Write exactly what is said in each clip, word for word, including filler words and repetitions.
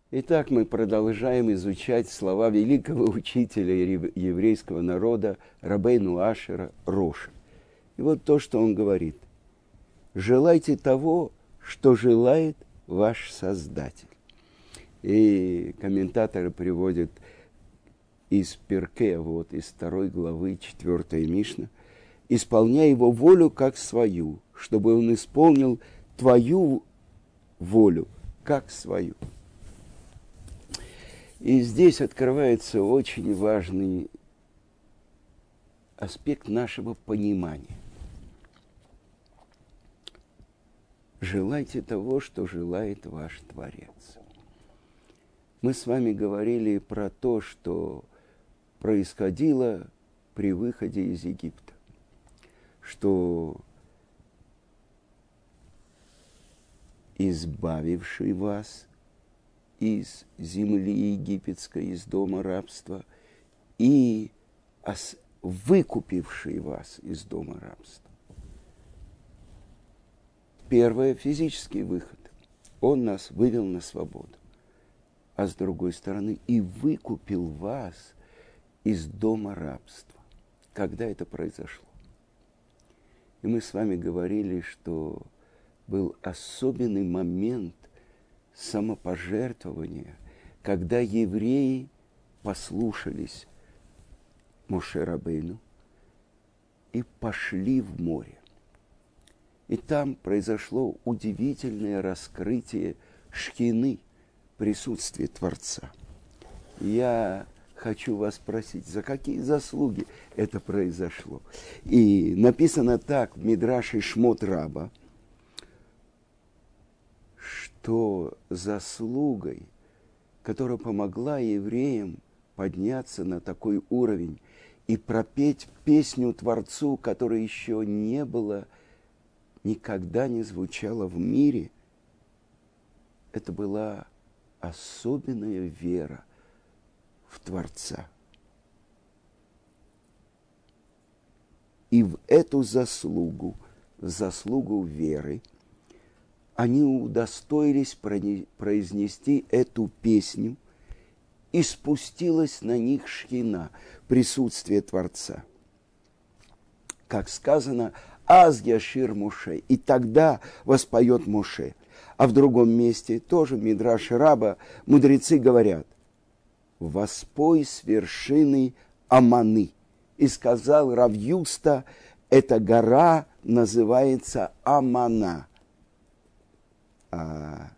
Итак, мы продолжаем изучать слова великого учителя еврейского народа Рабейну Ашера Роша. И вот то, что он говорит. «Желайте того, что желает ваш Создатель». И комментаторы приводят из Перке, вот из второй главы, четвертой Мишна, «Исполняй его волю как свою, чтобы он исполнил твою волю как свою». И здесь открывается очень важный аспект нашего понимания. Желайте того, что желает ваш Творец. Мы с вами говорили про то, что происходило при выходе из Египта, что избавивший вас из земли египетской, из дома рабства, и выкупивший вас из дома рабства. Первое – физический выход. Он нас вывел на свободу. А с другой стороны, и выкупил вас из дома рабства. Когда это произошло? И мы с вами говорили, что был особенный момент самопожертвования, когда евреи послушались Моше Рабейну и пошли в море. И там произошло удивительное раскрытие шхины, присутствия Творца. Я хочу вас спросить, за какие заслуги это произошло? И написано так в Мидраше Шмот Раба, что заслугой, которая помогла евреям подняться на такой уровень и пропеть песню Творцу, которая еще не было, никогда не звучала в мире, это была особенная вера в Творца. И в эту заслугу, в заслугу веры, они удостоились произнести эту песню, и спустилась на них шхина, присутствие Творца. Как сказано, «Аз яшир Моше», и тогда воспоет Моше. А в другом месте, тоже в Мидраше Раба, мудрецы говорят, «Воспой с вершины Аманы». И сказал Рав Юста, эта гора называется Амана. А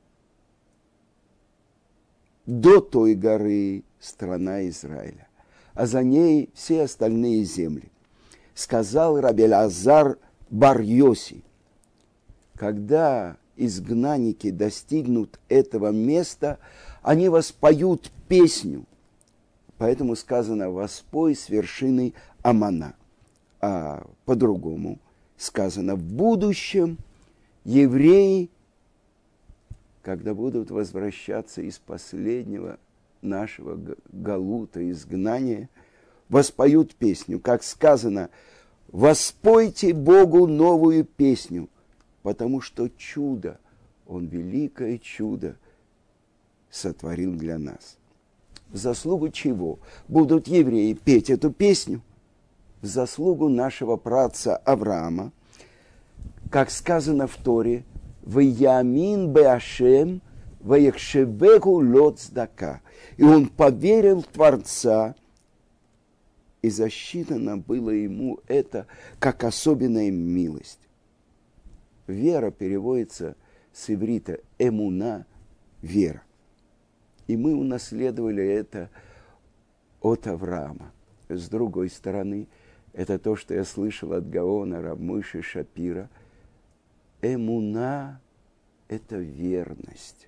до той горы страна Израиля, а за ней все остальные земли. Сказал Раби Элазар бар Йоси, когда изгнанники достигнут этого места, они воспоют песню. Поэтому сказано «воспой с вершины Амана». А по-другому сказано «в будущем евреи, когда будут возвращаться из последнего нашего галута, изгнания, воспоют песню, как сказано, воспойте Богу новую песню, потому что чудо, Он великое чудо сотворил для нас. В заслугу чего будут евреи петь эту песню? В заслугу нашего праотца Авраама, как сказано в Торе, «Ваямин беашем, ваехшевеху лот цдака». И он поверил в Творца, и засчитано было ему это как особенная милость. Вера переводится с иврита эмуна – вера. И мы унаследовали это от Авраама. С другой стороны, это то, что я слышал от Гаона Рав Мойше Шапира. Эмуна – это верность.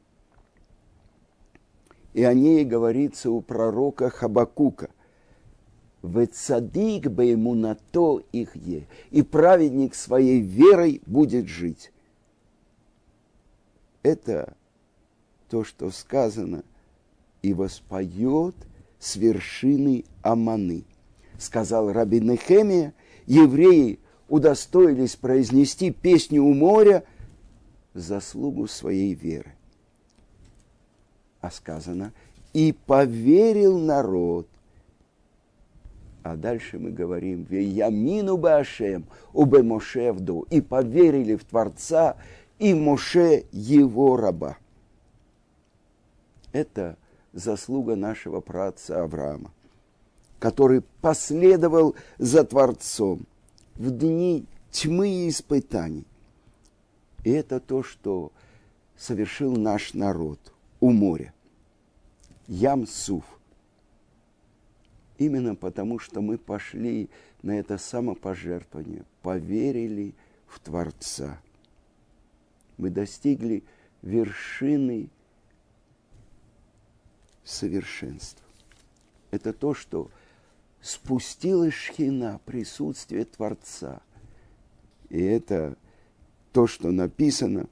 И о ней говорится у пророка Хабакука. «Вецадик беэмунато ихе», и праведник своей верой будет жить. Это то, что сказано, и воспоет с вершины Аманы. Сказал раби Нехемия, евреи удостоились произнести песню у моря в заслугу своей веры. А сказано, и поверил народ. А дальше мы говорим, «Веямину башем, убе Моше вду», и поверили в Творца и Моше его раба. Это заслуга нашего праотца Авраама, который последовал за Творцом в дни тьмы и испытаний. И это то, что совершил наш народ у моря. Ям-Суф. Именно потому, что мы пошли на это самопожертвование, поверили в Творца. Мы достигли вершины совершенства. Это то, что спустилась шхина, присутствие Творца. И это то, что написано,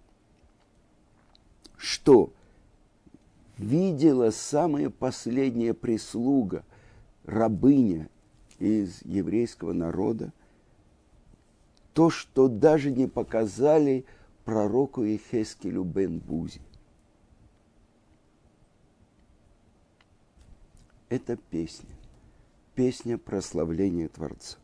что видела самая последняя прислуга, рабыня из еврейского народа, то, что даже не показали пророку Ихескелю бен Бузи. Это песня, песня прославления Творца.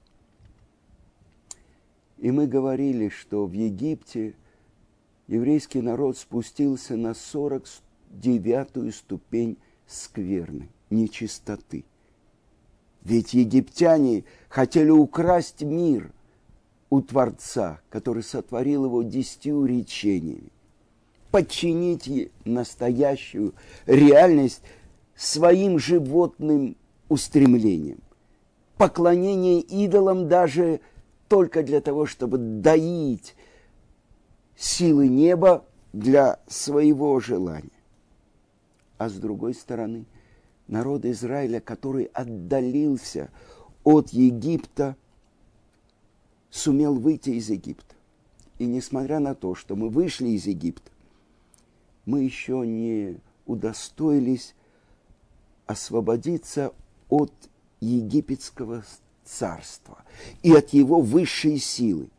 И мы говорили, что в Египте еврейский народ спустился на сорок девятую ступень скверны, нечистоты. Ведь египтяне хотели украсть мир у Творца, который сотворил его десятью речениями, подчинить настоящую реальность своим животным устремлениям. Поклонение идолам даже только для того, чтобы доить силы неба для своего желания. А с другой стороны, народ Израиля, который отдалился от Египта, сумел выйти из Египта. И несмотря на то, что мы вышли из Египта, мы еще не удостоились освободиться от египетского царства и от его высшей силы.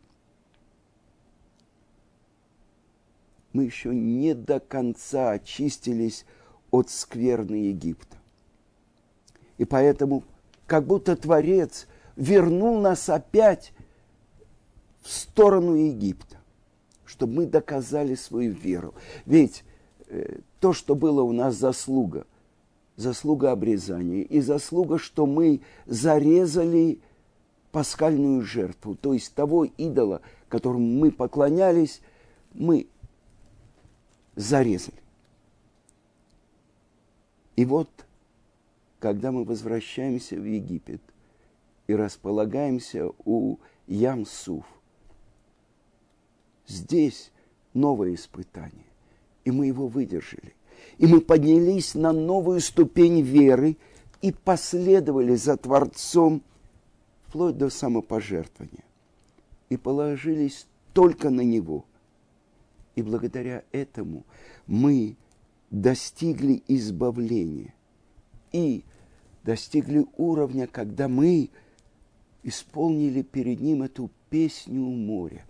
Мы еще не до конца очистились от скверны Египта. И поэтому, как будто Творец вернул нас опять в сторону Египта, чтобы мы доказали свою веру. Ведь э, то, что было у нас заслуга, заслуга обрезания и заслуга, что мы зарезали пасхальную жертву, то есть того идола, которому мы поклонялись, мы зарезали. И вот, когда мы возвращаемся в Египет и располагаемся у Ям-Суф, здесь новое испытание, и мы его выдержали. И мы поднялись на новую ступень веры и последовали за Творцом вплоть до самопожертвования. И положились только на Него. И благодаря этому мы достигли избавления. И достигли уровня, когда мы исполнили перед Ним эту песню у моря.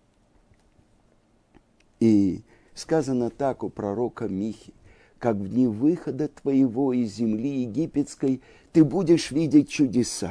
И сказано так у пророка Михи: как в дни выхода твоего из земли египетской ты будешь видеть чудеса.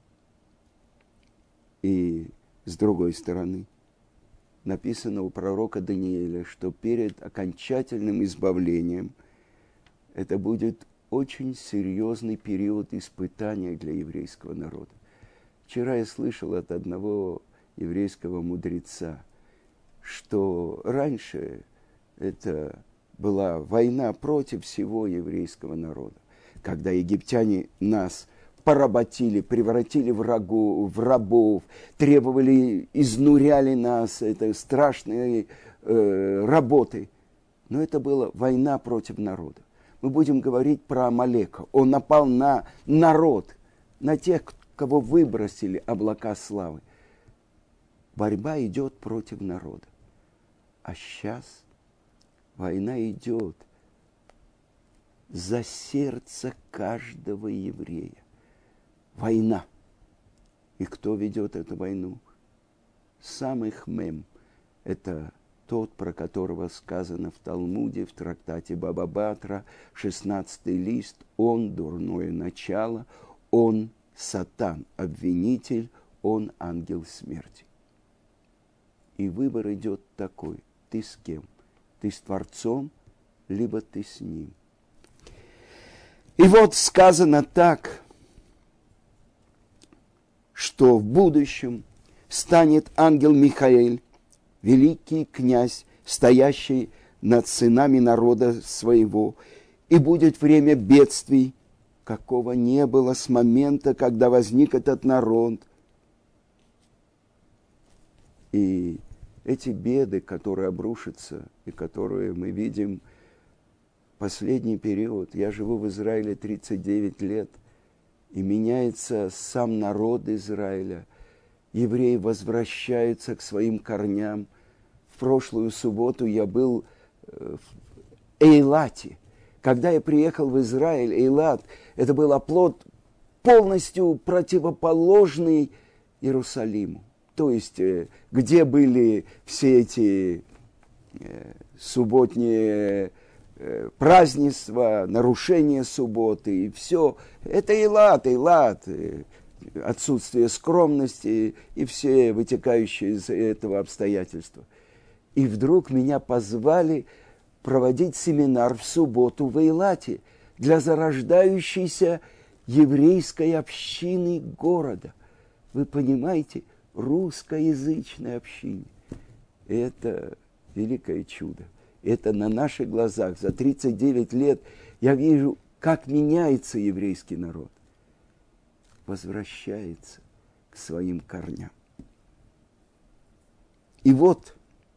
И с другой стороны, написано у пророка Даниила, что перед окончательным избавлением это будет очень серьезный период испытания для еврейского народа. Вчера я слышал от одного еврейского мудреца, что раньше это была война против всего еврейского народа, когда египтяне нас поработили, превратили в, рагу, в рабов, требовали, изнуряли нас, это страшные э, работы. Но это была война против народа. Мы будем говорить про Амалека. Он напал на народ, на тех, кого выбросили облака славы. Борьба идет против народа. А сейчас война идет за сердце каждого еврея. Война. И кто ведет эту войну? Сам Ихмем. Это тот, про которого сказано в Талмуде, в трактате Баба Батра, шестнадцатый лист, он дурное начало, он сатан, обвинитель, он ангел смерти. И выбор идет такой: ты с кем? Ты с Творцом, либо ты с ним. И вот сказано так, что в будущем станет ангел Михаэль, великий князь, стоящий над сынами народа своего, и будет время бедствий, какого не было с момента, когда возник этот народ. И эти беды, которые обрушатся, и которые мы видим в последний период, я живу в Израиле тридцать девять лет, и меняется сам народ Израиля, евреи возвращаются к своим корням. В прошлую субботу я был в Эйлате. Когда я приехал в Израиль, Эйлат, это был оплот полностью противоположный Иерусалиму. То есть, где были все эти субботние празднества, нарушения субботы и все. Это Эйлат, Эйлат, отсутствие скромности и все вытекающие из этого обстоятельства. И вдруг меня позвали проводить семинар в субботу в Эйлате для зарождающейся еврейской общины города. Вы понимаете, русскоязычной общине. Это великое чудо. Это на наших глазах. За тридцать девять лет я вижу, как меняется еврейский народ. Возвращается к своим корням. И вот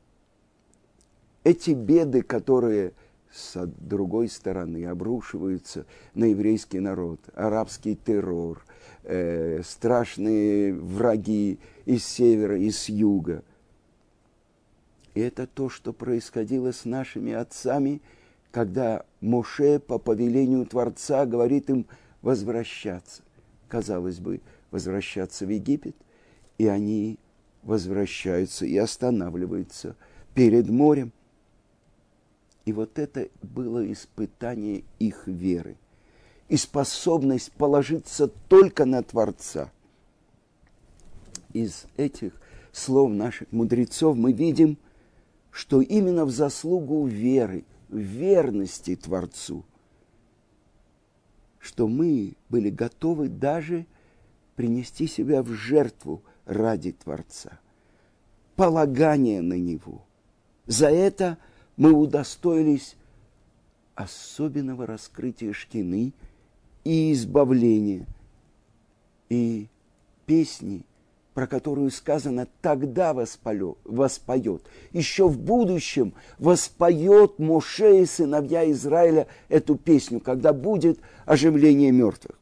эти беды, которые с другой стороны обрушиваются на еврейский народ, арабский террор, э, страшные враги из севера и с юга. И это то, что происходило с нашими отцами, когда Моше по повелению Творца говорит им возвращаться. Казалось бы, возвращаться в Египет, и они возвращаются и останавливаются перед морем. И вот это было испытание их веры и способность положиться только на Творца. Из этих слов наших мудрецов мы видим, что именно в заслугу веры, в верности Творцу, что мы были готовы даже принести себя в жертву ради Творца, полагание на Него. За это мы удостоились особенного раскрытия шкины и избавления. И песни, про которую сказано, тогда воспоет, воспоет. Еще в будущем воспоет Моше и сыновья Израиля эту песню, когда будет оживление мертвых.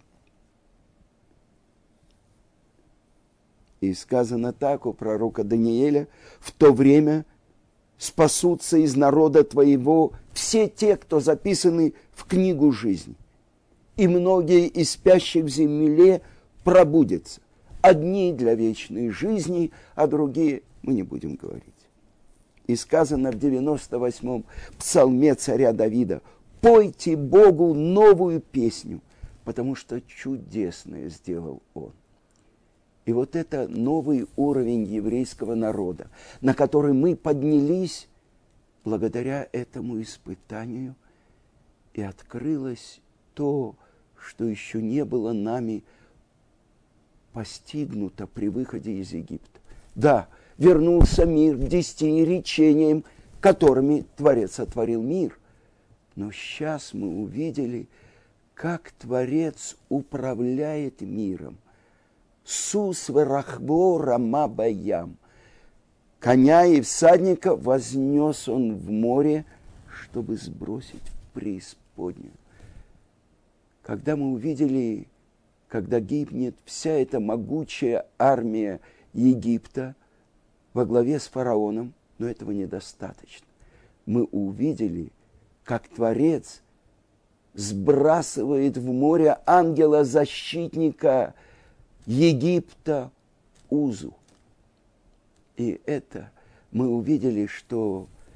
И сказано так у пророка Даниэля: в то время спасутся из народа твоего все те, кто записаны в книгу жизни, и многие из спящих в земле пробудятся. Одни для вечной жизни, а другие мы не будем говорить. И сказано в девяносто восьмом псалме царя Давида: пойте Богу новую песню, потому что чудесное сделал Он. И вот это новый уровень еврейского народа, на который мы поднялись благодаря этому испытанию, и открылось то, что еще не было нами постигнуто при выходе из Египта. Да, вернулся мир к десяти речениям, которыми Творец сотворил мир. Но сейчас мы увидели, как Творец управляет миром. Сус варахбо рама баям. Коня и всадника вознес он в море, чтобы сбросить в преисподнюю. Когда мы увидели, когда гибнет вся эта могучая армия Египта во главе с фараоном, но этого недостаточно. Мы увидели, как Творец сбрасывает в море ангела-защитника Египта Узу. И это мы увидели, что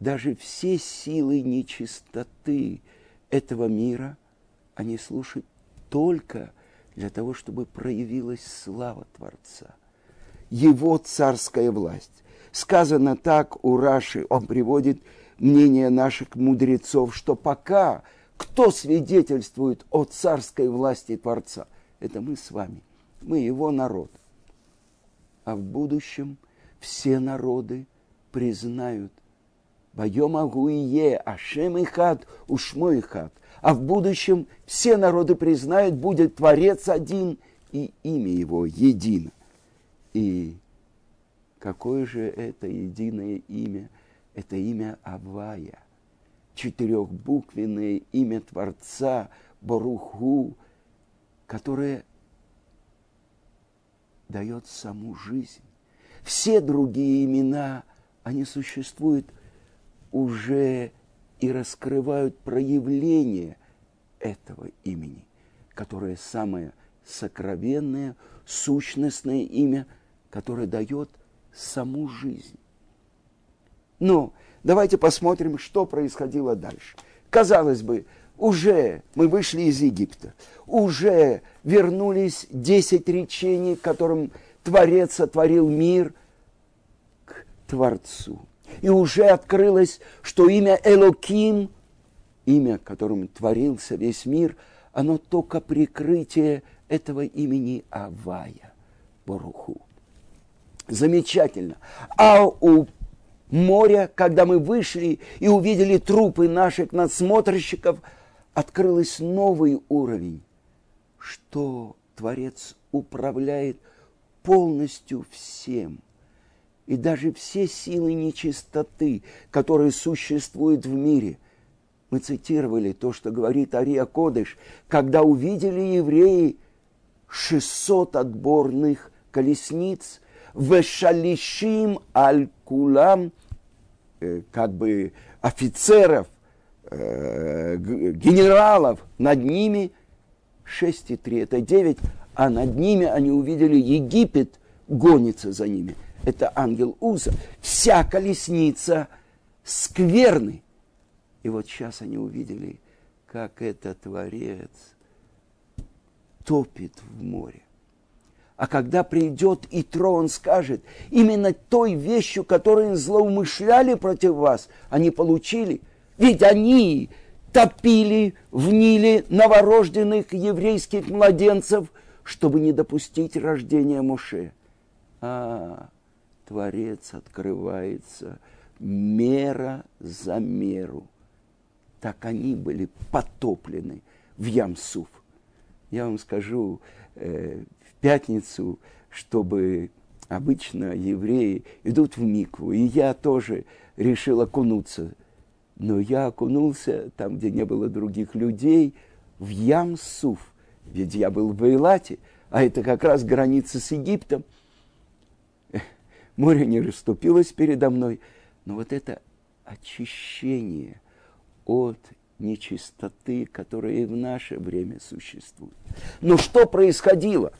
даже все силы нечистоты этого мира, они служат только для того, чтобы проявилась слава Творца, Его царская власть. Сказано так у Раши, он приводит мнение наших мудрецов, что пока кто свидетельствует о царской власти Творца, это мы с вами, мы Его народ. А в будущем все народы признают «Байом агуие Ашем ихад, ушмо ихад». А в будущем все народы признают, будет Творец один и имя Его едино. И какое же это единое имя? Это имя Авая, четырехбуквенное имя Творца Баруху, которое дает саму жизнь. Все другие имена, они существуют уже и раскрывают проявление этого имени, которое самое сокровенное, сущностное имя, которое дает саму жизнь. Но давайте посмотрим, что происходило дальше. Казалось бы, уже мы вышли из Египта, уже вернулись десять речений, которым Творец сотворил мир, к Творцу. И уже открылось, что имя Элоким, имя, которым творился весь мир, оно только прикрытие этого имени Авая, Баруху. Замечательно. А у моря, когда мы вышли и увидели трупы наших надсмотрщиков, открылся новый уровень, что Творец управляет полностью всем. И даже все силы нечистоты, которые существуют в мире. Мы цитировали то, что говорит Ария Кодеш, когда увидели евреи шестьсот отборных колесниц, вешалишим аль-кулам, как бы офицеров, генералов, над ними шесть и три, это девять, а над ними они увидели Египет, гонится за ними. Это ангел Уза. Вся колесница скверны. И вот сейчас они увидели, как этот Творец топит в море. А когда придет Итро, он скажет, именно той вещью, которой злоумышляли против вас, они получили. Ведь они топили в Ниле новорожденных еврейских младенцев, чтобы не допустить рождения Моше. А Творец открывается мера за меру. Так они были потоплены в Ям-Суф. Я вам скажу, э, в пятницу, чтобы обычно евреи идут в микву, и я тоже решил окунуться. Но я окунулся там, где не было других людей, в Ям-Суф. Ведь я был в Эйлате, а это как раз граница с Египтом. Море не расступилось передо мной, но вот это очищение от нечистоты, которая и в наше время существует. Но что происходило?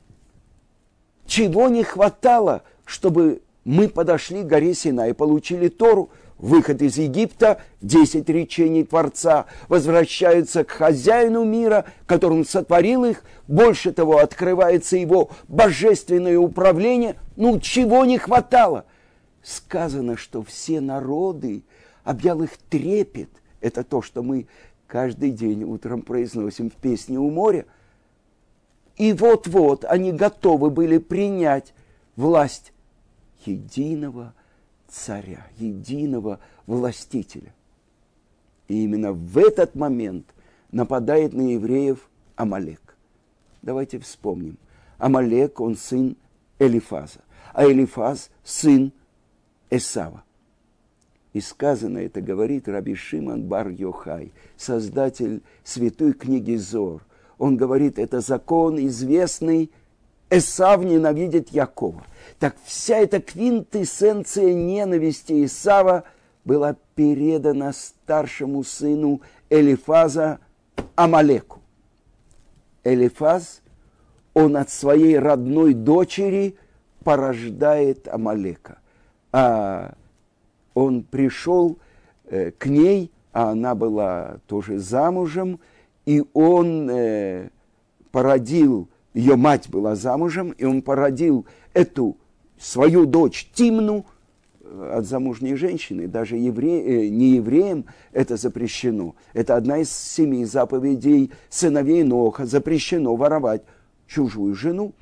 Чего не хватало, чтобы мы подошли к горе Синай и получили Тору? Выход из Египта, десять речений Творца, возвращаются к хозяину мира, которым сотворил их. Больше того, открывается его божественное управление. Ну, чего не хватало? Сказано, что все народы, объял их трепет. Это то, что мы каждый день утром произносим в песне у моря. И вот-вот они готовы были принять власть единого царя, единого властителя. И именно в этот момент нападает на евреев Амалек. Давайте вспомним. Амалек, он сын Элифаза, а Элифаз сын Эсава. И сказано это, говорит Раби Шимон бар Йохай, создатель святой книги Зор. Он говорит, это закон известный, Эсав ненавидит Якова. Так вся эта квинтэссенция ненависти Исава была передана старшему сыну Элифаза Амалеку. Элифаз, он от своей родной дочери порождает Амалека. А он пришел э, к ней, а она была тоже замужем, и он э, породил, ее мать была замужем, и он породил эту свою дочь Тимну от замужней женщины. Даже евре, э, не евреям это запрещено. Это одна из семи заповедей сыновей Ноха. Запрещено воровать чужую жену.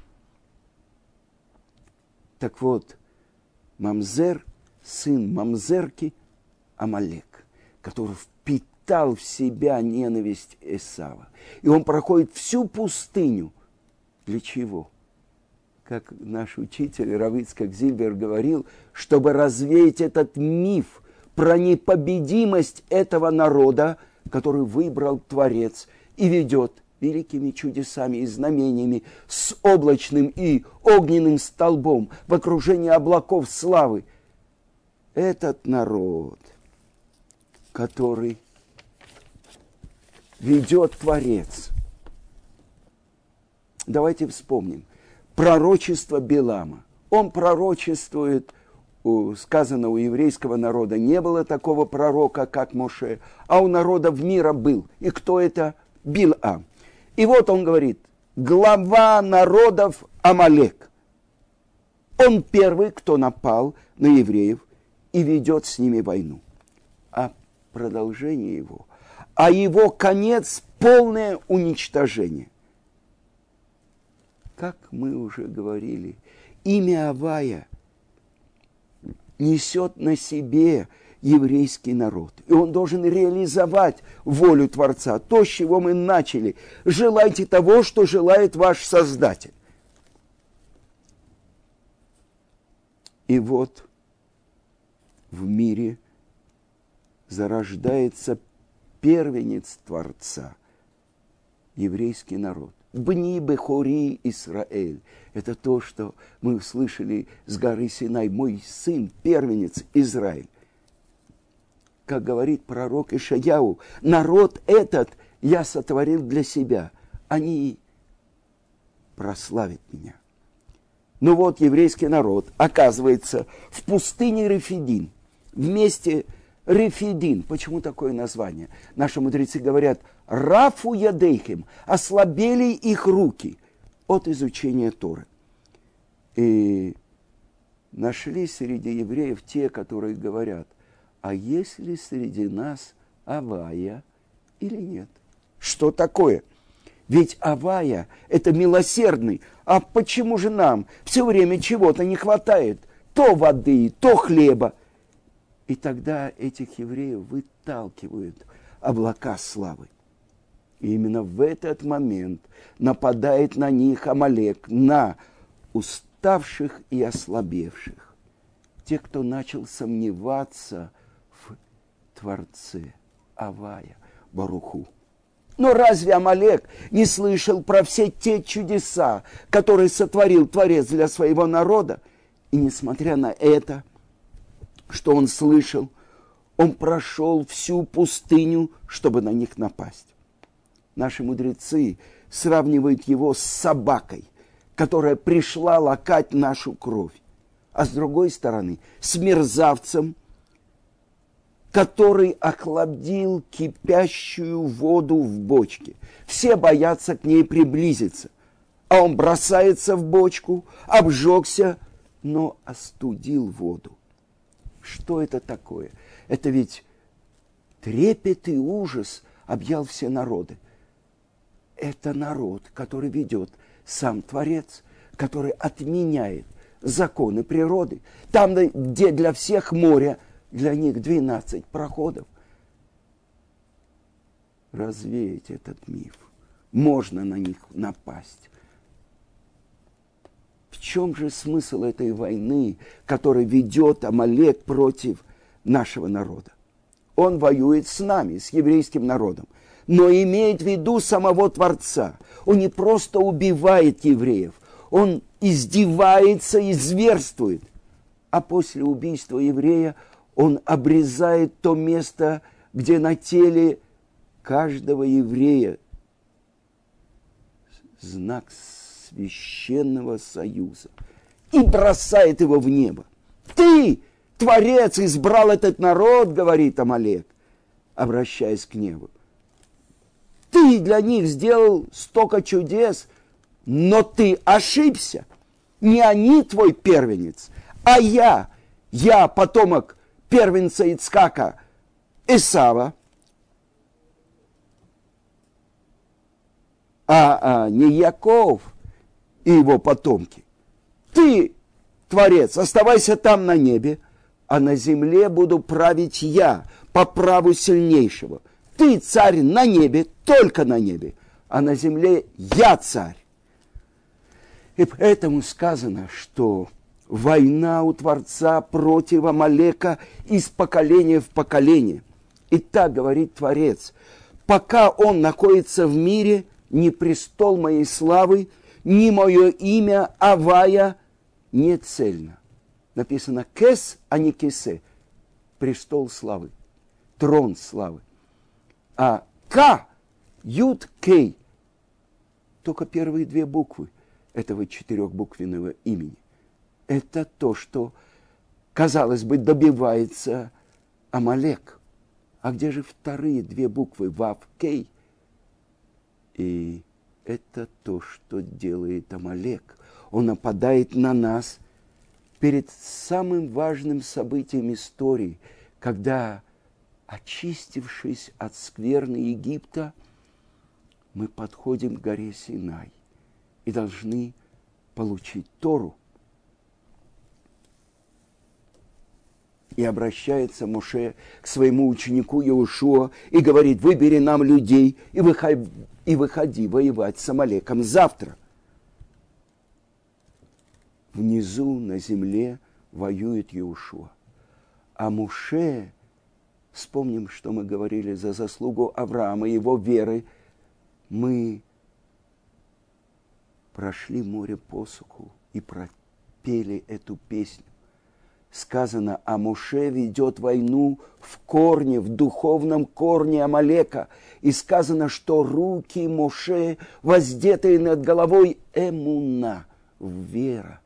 Так вот, Мамзер, сын Мамзерки, Амалек, который впитал в себя ненависть Эсава. И он проходит всю пустыню. Для чего? Как наш учитель Рав Ицхак Зильбер говорил, чтобы развеять этот миф про непобедимость этого народа, который выбрал Творец и ведет великими чудесами и знамениями с облачным и огненным столбом в окружении облаков славы. Этот народ, который ведет Творец. Давайте вспомним. Пророчество Билама. Он пророчествует, сказано, у еврейского народа не было такого пророка, как Моше, а у народов мира был. И кто это? Билам. И вот он говорит, глава народов Амалек. Он первый, кто напал на евреев и ведет с ними войну. А продолжение его, а его конец – полное уничтожение. Как мы уже говорили, имя Авая несет на себе еврейский народ. И он должен реализовать волю Творца, то, с чего мы начали. Желайте того, что желает ваш Создатель. И вот в мире зарождается первенец Творца, еврейский народ. Бни Бехори Исраэль. Это то, что мы услышали с горы Синай. Мой сын, первенец Израиль. Как говорит пророк Ишаяу, народ этот я сотворил для себя. Они прославят меня. Ну вот еврейский народ оказывается в пустыне Рефидим. Вместе Рефидим. Почему такое название? Наши мудрецы говорят, Рафу ядейхим, ослабели их руки от изучения Торы. И нашли среди евреев те, которые говорят, а есть ли среди нас Авая или нет? Что такое? Ведь Авая – это милосердный. А почему же нам все время чего-то не хватает? То воды, то хлеба. И тогда этих евреев выталкивают облака славы. И именно в этот момент нападает на них Амалек, на уставших и ослабевших. Те, кто начал сомневаться в Творце, Авая, Баруху. Но разве Амалек не слышал про все те чудеса, которые сотворил Творец для своего народа? И несмотря на это, что он слышал, он прошел всю пустыню, чтобы на них напасть. Наши мудрецы сравнивают его с собакой, которая пришла лакать нашу кровь. А с другой стороны, с мерзавцем, который охладил кипящую воду в бочке. Все боятся к ней приблизиться. А он бросается в бочку, обжегся, но остудил воду. Что это такое? Это ведь трепет и ужас объял все народы. Это народ, который ведет сам Творец, который отменяет законы природы. Там, где для всех море, для них двенадцать проходов. Развеять этот миф. Можно на них напасть. В чем же смысл этой войны, которую ведет Амалек против нашего народа? Он воюет с нами, с еврейским народом, но имеет в виду самого Творца. Он не просто убивает евреев, он издевается и зверствует. А после убийства еврея он обрезает то место, где на теле каждого еврея знак священного союза, и бросает его в небо. Ты Творец избрал этот народ, говорит Амалек, обращаясь к небу. Ты для них сделал столько чудес, но ты ошибся. Не они твой первенец, а я. Я потомок первенца Ицхака, Исава, а, а не Яков и его потомки. Ты, Творец, оставайся там на небе, а на земле буду править я по праву сильнейшего. Ты царь на небе, только на небе, а на земле я царь. И поэтому сказано, что война у Творца против Амалека из поколения в поколение. И так говорит Творец: пока он находится в мире, ни престол моей славы, ни мое имя Авая не цельно. Написано Кес, а не Кесе. Престол славы, трон славы. А К, Юд, Кей, только первые две буквы этого четырехбуквенного имени. Это то, что, казалось бы, добивается Амалек. А где же вторые две буквы Вав, Кей? И это то, что делает Амалек. Он нападает на нас перед самым важным событием истории, когда, очистившись от скверны Египта, мы подходим к горе Синай и должны получить Тору. И обращается Моше к своему ученику Иошуа и говорит: выбери нам людей и выходи, и выходи воевать с Амалеком завтра. Внизу на земле воюет Иошуа. А Моше, вспомним, что мы говорили за заслугу Авраама, его веры, мы прошли море посуху и пропели эту песню. Сказано, а Моше ведет войну в корне, в духовном корне Амалека. И сказано, что руки Моше, воздетые над головой, эмуна, вера.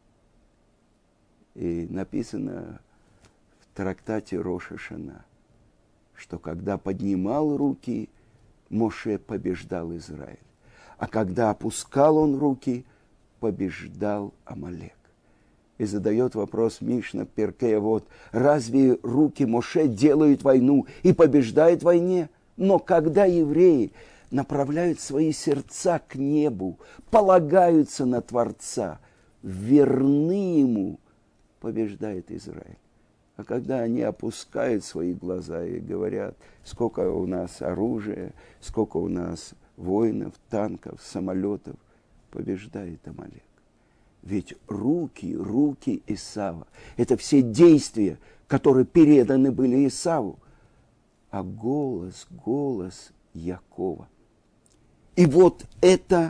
И написано в трактате Рош ха-Шана, что когда поднимал руки, Моше побеждал Израиль. А когда опускал он руки, побеждал Амалек. И задает вопрос Мишна Перкея, вот, разве руки Моше делают войну и побеждают в войне? Но когда евреи направляют свои сердца к небу, полагаются на Творца, верны ему, побеждает Израиль. А когда они опускают свои глаза и говорят, сколько у нас оружия, сколько у нас воинов, танков, самолетов, побеждает Амалек. Ведь руки, руки Исава – это все действия, которые переданы были Исаву. А голос, голос Якова. И вот эта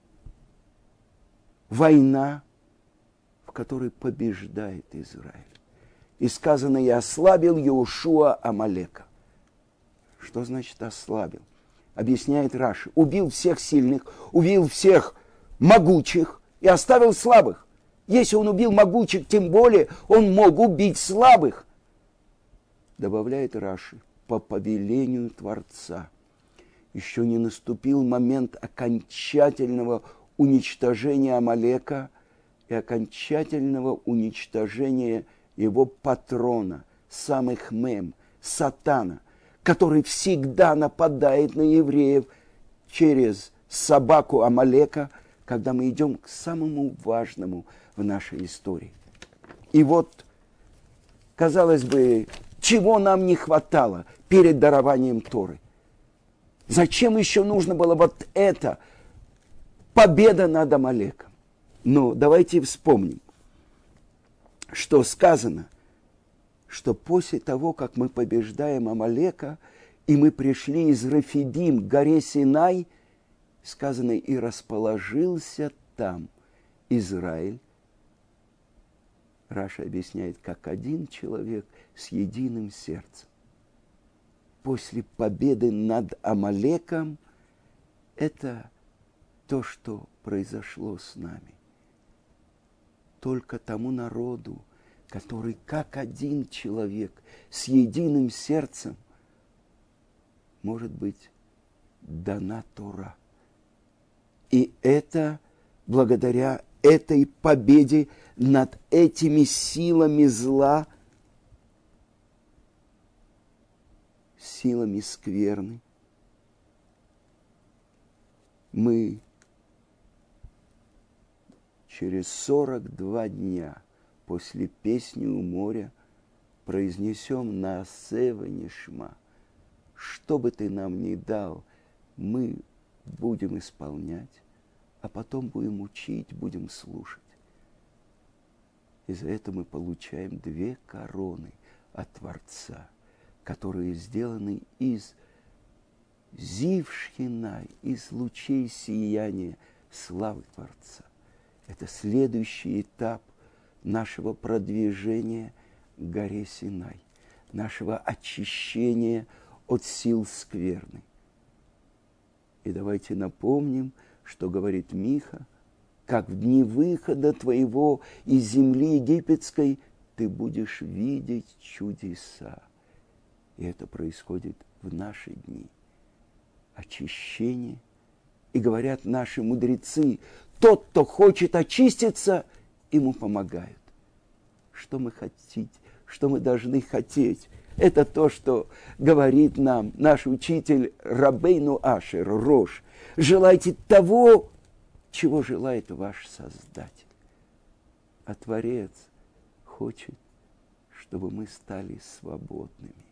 война, в которой побеждает Израиль. И сказано, и ослабил Иошуа Амалека. Что значит ослабил? Объясняет Раши. Убил всех сильных, убил всех могучих, и оставил слабых. Если он убил могучих, тем более он мог убить слабых. Добавляет Раши, по повелению Творца. Еще не наступил момент окончательного уничтожения Амалека и окончательного уничтожения его патрона, самых мем, Сатана, который всегда нападает на евреев через собаку Амалека, когда мы идем к самому важному в нашей истории. И вот, казалось бы, чего нам не хватало перед дарованием Торы? Зачем еще нужно было вот это? Победа над Амалеком. Но давайте вспомним, что сказано, что после того, как мы побеждаем Амалека, и мы пришли из Рафидим к горе Синай, сказано, и расположился там Израиль. Раша объясняет, как один человек с единым сердцем. После победы над Амалеком это то, что произошло с нами. Только тому народу который как один человек с единым сердцем может быть дана Тора. И это благодаря этой победе над этими силами зла, силами скверны, мы через сорок два дня после песни у моря произнесем Наасева Нишма. Что бы ты нам ни дал, мы будем исполнять, а потом будем учить, будем слушать. И за это мы получаем две короны от Творца, которые сделаны из зив-шхинай, из лучей сияния славы Творца. Это следующий этап нашего продвижения к горе Синай, нашего очищения от сил скверны. И давайте напомним, что говорит Миха: как в дни выхода твоего из земли египетской ты будешь видеть чудеса. И это происходит в наши дни. Очищение. И говорят наши мудрецы: тот, кто хочет очиститься, ему помогают. Что мы хотим, что мы должны хотеть? Это то, что говорит нам наш учитель Рабейну Ашер, Рош. Желайте того, чего желает ваш Создатель. А Творец хочет, чтобы мы стали свободными.